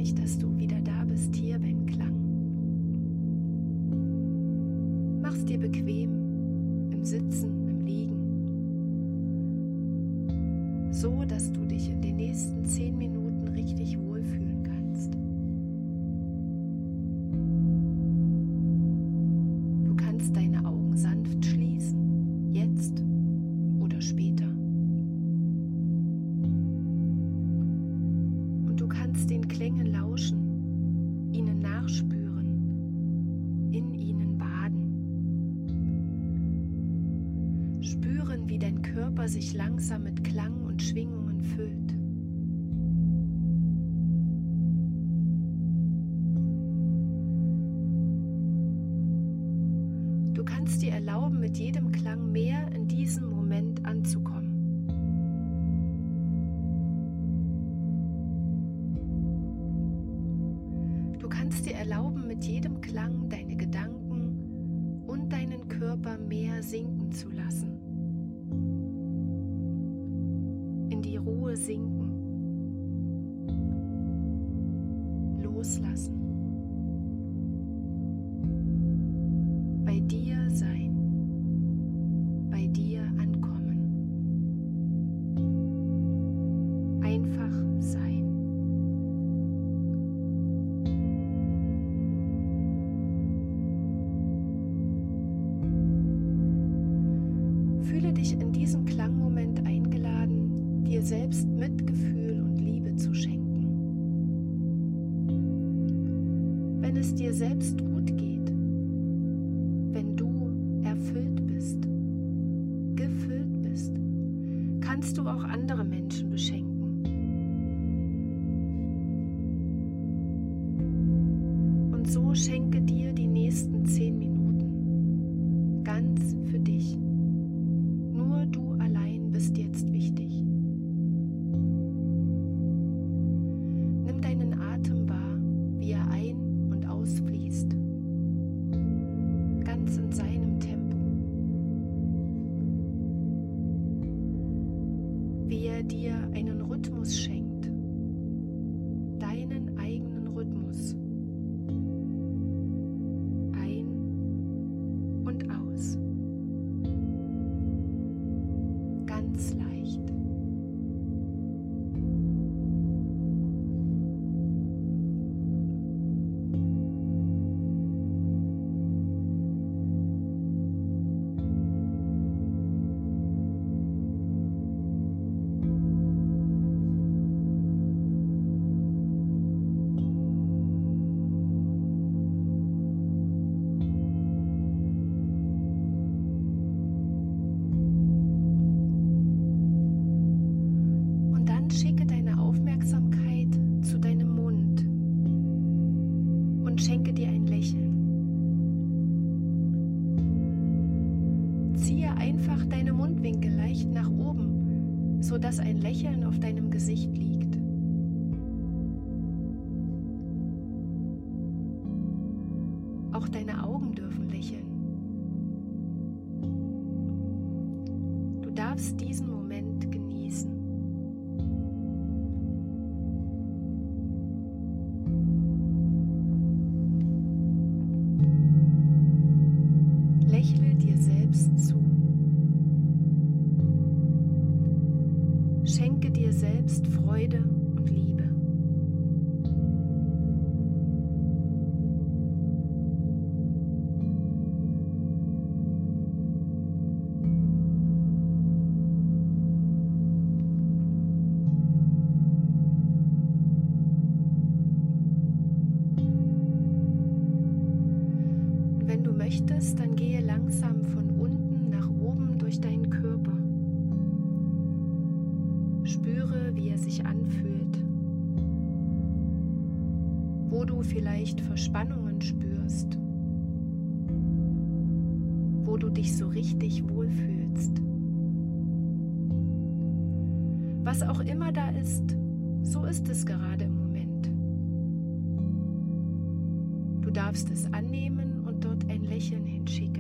dich, dass du wieder da bist, hier beim Klang. Mach's dir bequem, im Sitzen, im Liegen, so dass du dich in den nächsten 10 Minuten richtig wohlfühlen kannst. Du kannst deine Augen sanft schließen, jetzt oder später. Und du kannst den Klängen lauschen, ihnen nachspüren, in ihnen baden. Spüren, wie dein Körper sich langsam mit Klang und Schwingungen füllt. Du kannst dir erlauben, mit jedem Klang mehr in diesem Moment anzukommen. Du kannst dir erlauben, mit jedem Klang deine Gedanken und deinen Körper mehr sinken zu lassen. In die Ruhe sinken. Loslassen. Bei dir sein. Bei dir ankommen. Einfach sein. Fühle dich in diesem Klangmoment eingeladen, dir selbst Mitgefühl und Liebe zu schenken. Wenn es dir selbst gut geht, wenn du erfüllt bist, gefüllt bist, kannst du auch andere Menschen beschenken. Und so schenke dir die nächsten 10 Minuten ganz für dich. Nur du allein bist jetzt wichtig. Nimm deinen Atem wahr, wie er ein- und ausfließt, ganz in seinem Tempo. Wie er dir einen Rhythmus schenkt, deinen eigenen Rhythmus. Ein und aus. Ganz leicht. Schicke deine Aufmerksamkeit zu deinem Mund und schenke dir ein Lächeln. Ziehe einfach deine Mundwinkel leicht nach oben, sodass ein Lächeln auf deinem Gesicht liegt. Auch deine Augen dürfen lächeln. Du darfst diesen Moment genießen. Lächle dir selbst zu. Schenke dir selbst Freude und Liebe. Wenn du möchtest, dann gehe langsam von unten nach oben durch deinen Körper. Spüre, wie er sich anfühlt. Wo du vielleicht Verspannungen spürst. Wo du dich so richtig wohlfühlst. Was auch immer da ist, so ist es gerade im Moment. Du darfst es annehmen und dort ein Lächeln hinschicken.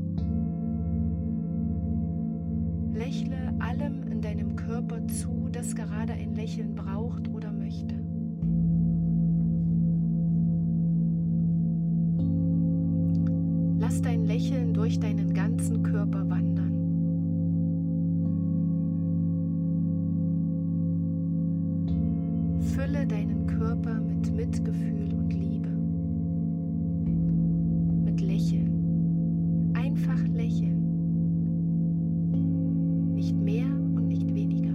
Lächle allem in deinem Körper zu, das gerade ein Lächeln braucht oder möchte. Lächeln durch deinen ganzen Körper wandern. Fülle deinen Körper mit Mitgefühl und Liebe. Mit Lächeln. Einfach lächeln. Nicht mehr und nicht weniger.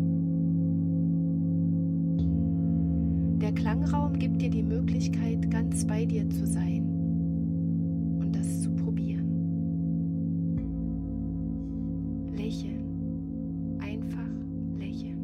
Der Klangraum gibt dir die Möglichkeit, ganz bei dir zu sein und das zu probieren. Lächeln. Einfach lächeln.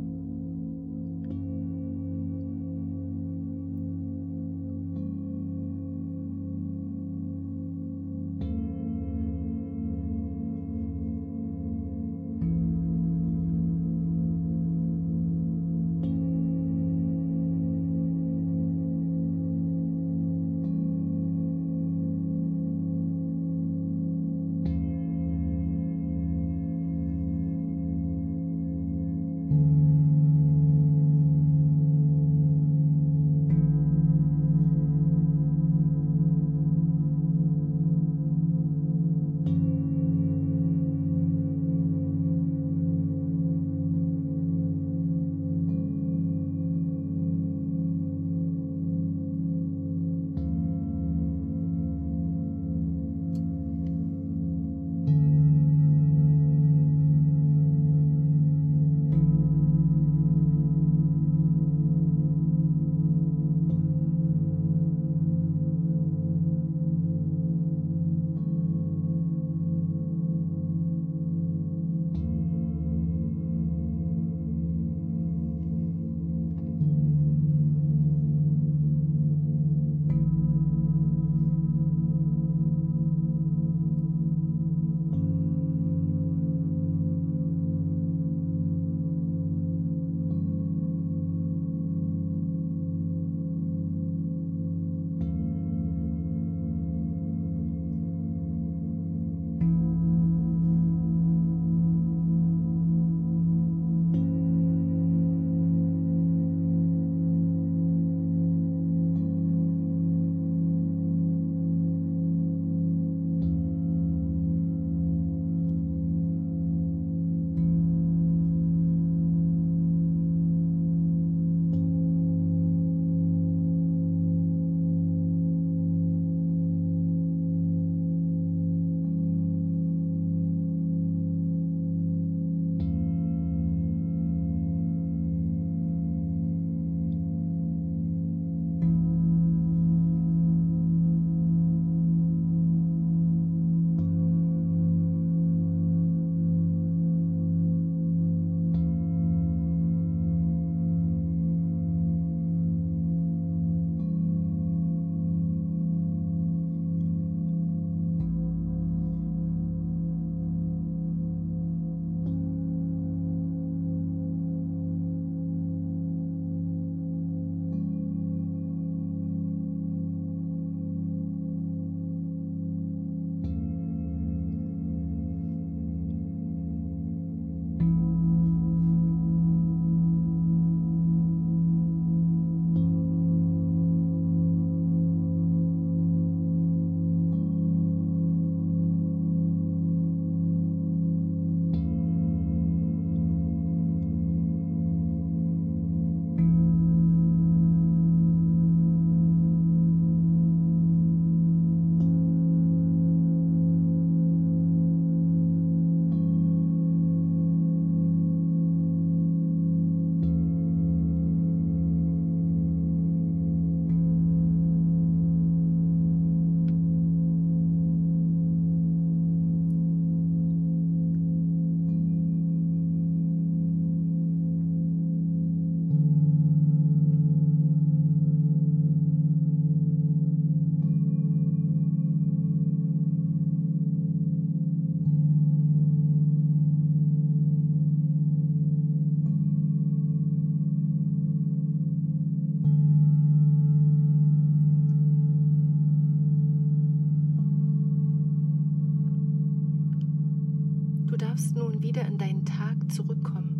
darfst nun wieder in deinen Tag zurückkommen.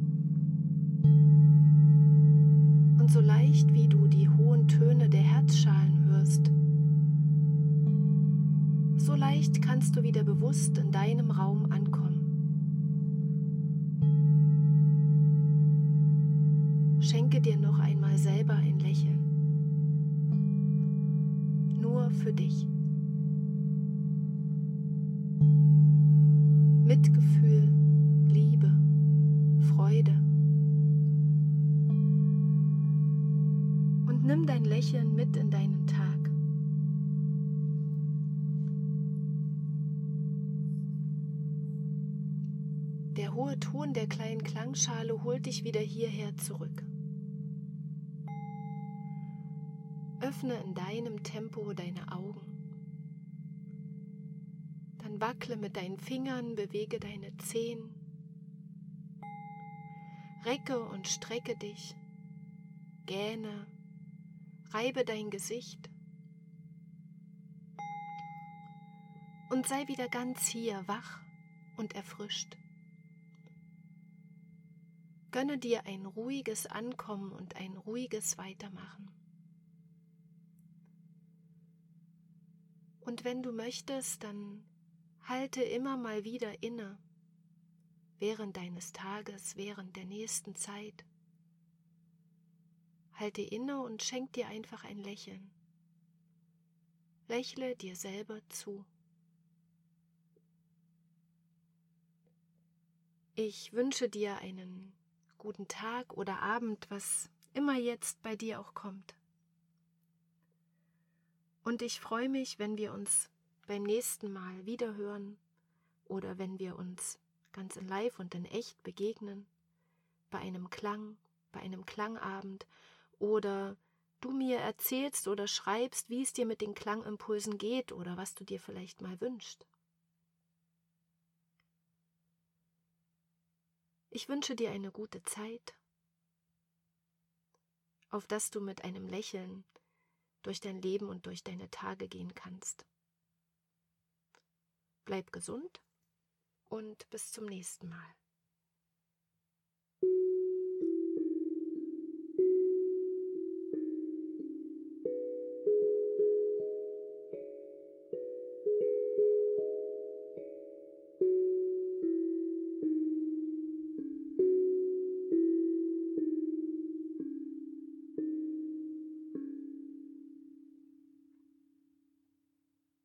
Und so leicht wie du die hohen Töne der Herzschalen hörst, So leicht kannst du wieder bewusst in deinem Raum ankommen. Schenke dir noch einmal selber ein Lächeln. Nur für dich. Mitgefühl, Liebe, Freude. Und nimm dein Lächeln mit in deinen Tag. Der hohe Ton der kleinen Klangschale holt dich wieder hierher zurück. Öffne in deinem Tempo deine Augen. Dann wackle mit deinen Fingern, bewege deine Zehen. Recke und strecke dich. Gähne. Reibe dein Gesicht. Und sei wieder ganz hier, wach und erfrischt. Gönne dir ein ruhiges Ankommen und ein ruhiges Weitermachen. Und wenn du möchtest, dann halte immer mal wieder inne, während deines Tages, während der nächsten Zeit. Halte inne und schenk dir einfach ein Lächeln. Lächle dir selber zu. Ich wünsche dir einen guten Tag oder Abend, was immer jetzt bei dir auch kommt. Und ich freue mich, wenn wir uns beim nächsten Mal wiederhören oder wenn wir uns ganz in live und in echt begegnen, bei einem Klang, bei einem Klangabend oder du mir erzählst oder schreibst, wie es dir mit den Klangimpulsen geht oder was du dir vielleicht mal wünschst. Ich wünsche dir eine gute Zeit, auf dass du mit einem Lächeln durch dein Leben und durch deine Tage gehen kannst. Bleib gesund und bis zum nächsten Mal.